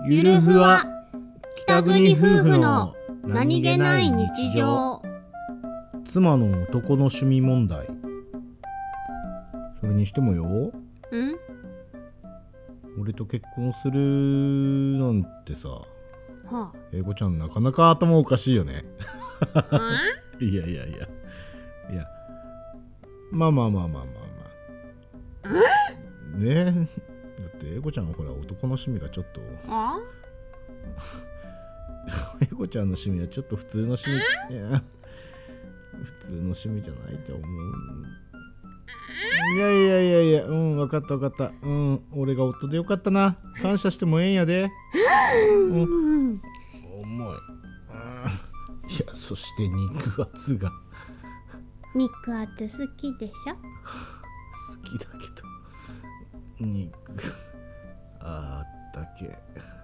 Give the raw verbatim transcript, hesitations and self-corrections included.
ゆるふわ北国夫婦の何気ない日常。 妻の男の趣味問題。それにしてもよ、 ん俺と結婚するなんてさ、 はあ、 英子ちゃんなかなか頭おかしいよね。 んいやいやいやいや、まあまあまあまあまあまあねえ、だって英子ちゃんはほら男の趣味がちょっとあ英子ちゃんの趣味はちょっと普通の趣味、いや普通の趣味じゃないと思う。いやいやいやいや、うん、分かった分かった。うん、俺が夫でよかったな。感謝してもええんやで。うん、重い。いや、そして肉厚が肉厚好きでしょ。 好きだけど、肉あったけ。